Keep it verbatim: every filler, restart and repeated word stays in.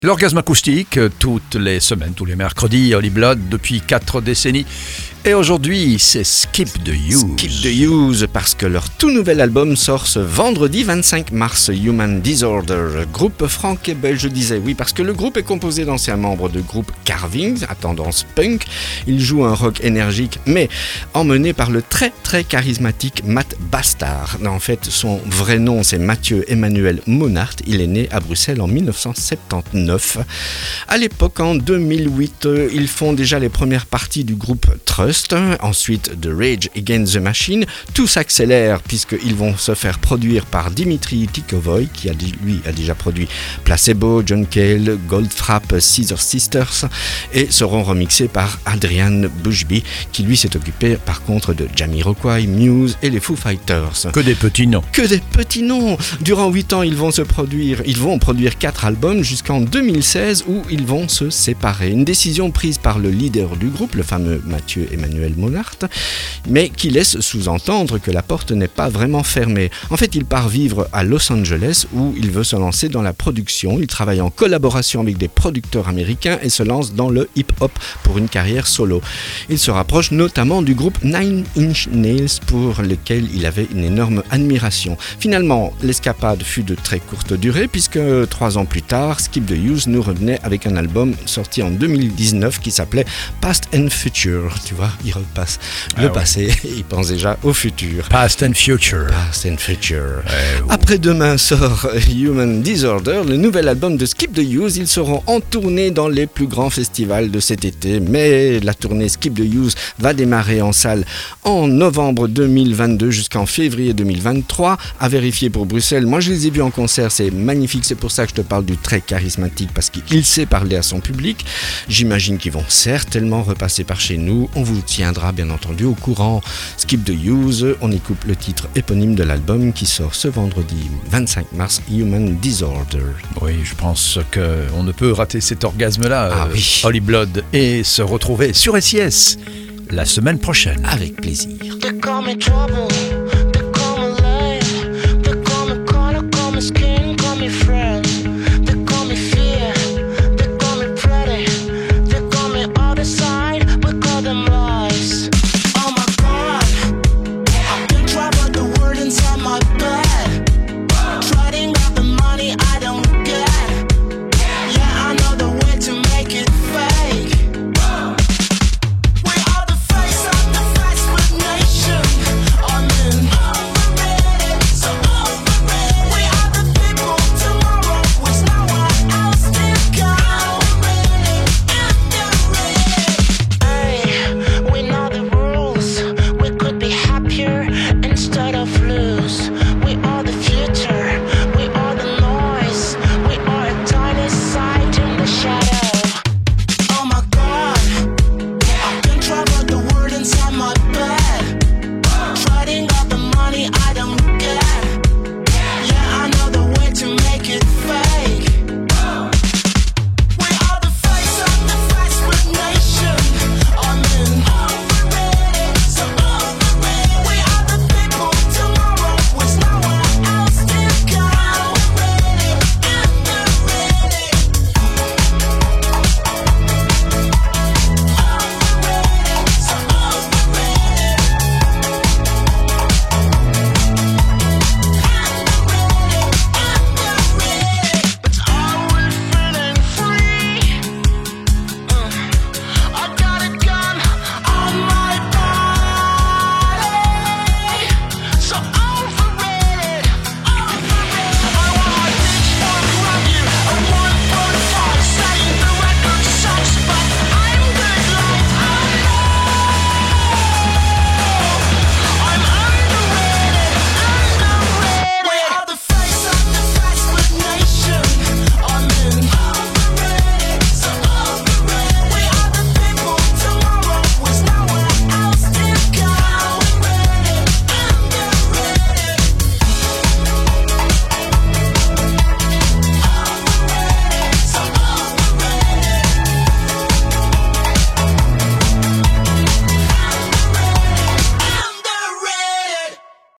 L'orgasme acoustique, toutes les semaines, tous les mercredis, Holy Blood, depuis quatre décennies. Et aujourd'hui, c'est Skip the Use. Skip the Use, parce que leur tout nouvel album sort ce vendredi vingt-cinq mars, Human Disorder. Groupe franco-belge, je disais, oui, parce que le groupe est composé d'anciens membres de groupe Carvings, à tendance punk. Ils jouent un rock énergique, mais emmené par le très très charismatique Matt Bastard. En fait, son vrai nom, c'est Mathieu Emmanuel Monart. Il est né à Bruxelles en dix-neuf cent soixante-dix-neuf. À l'époque, en deux mille huit, ils font déjà les premières parties du groupe Trust. Ensuite, The Rage Against the Machine. Tout s'accélère puisqu'ils vont se faire produire par Dimitri Tikovoy, qui a, lui a déjà produit Placebo, John Cale, Goldfrapp, Scissor Sisters, et seront remixés par Adrian Bushby, qui lui s'est occupé par contre de Jamiroquai, Muse et les Foo Fighters. Que des petits noms. Que des petits noms. Durant huit ans, ils vont se produire, ils vont produire quatre albums jusqu'en deux mille seize où ils vont se séparer. Une décision prise par le leader du groupe, le fameux Mathieu Emmanuel Monart, mais qui laisse sous-entendre que la porte n'est pas vraiment fermée. En fait, il part vivre à Los Angeles où il veut se lancer dans la production. Il travaille en collaboration avec des producteurs américains et se lance dans le hip-hop pour une carrière solo. Il se rapproche notamment du groupe Nine Inch Nails pour lequel il avait une énorme admiration. Finalement, l'escapade fut de très courte durée puisque trois ans plus tard, Skip the Use nous revenait avec un album sorti en deux mille dix-neuf qui s'appelait Past and Future. Tu vois, il repasse le ah passé ouais. et il pense déjà au futur. Past and Future. Past and Future. Ouais, Après-demain sort Human Disorder, le nouvel album de Skip the Use. Ils seront en tournée dans les plus grands festivals de cet été, mais la tournée Skip the Use va démarrer en salle en novembre deux mille vingt-deux jusqu'en février deux mille vingt-trois. À vérifier pour Bruxelles. Moi, je les ai vus en concert, c'est magnifique. C'est pour ça que je te parle du très charismatique, parce qu'il sait parler à son public. J'imagine qu'ils vont certainement repasser par chez nous. On vous tiendra bien entendu au courant. Skip the Use, on écoute le titre éponyme de l'album qui sort ce vendredi vingt-cinq mars, Human Disorder. Oui, je pense qu'on ne peut rater cet orgasme-là, ah, euh, oui. Holy Blood, et se retrouver sur S I S la semaine prochaine. Avec plaisir. They call me trouble.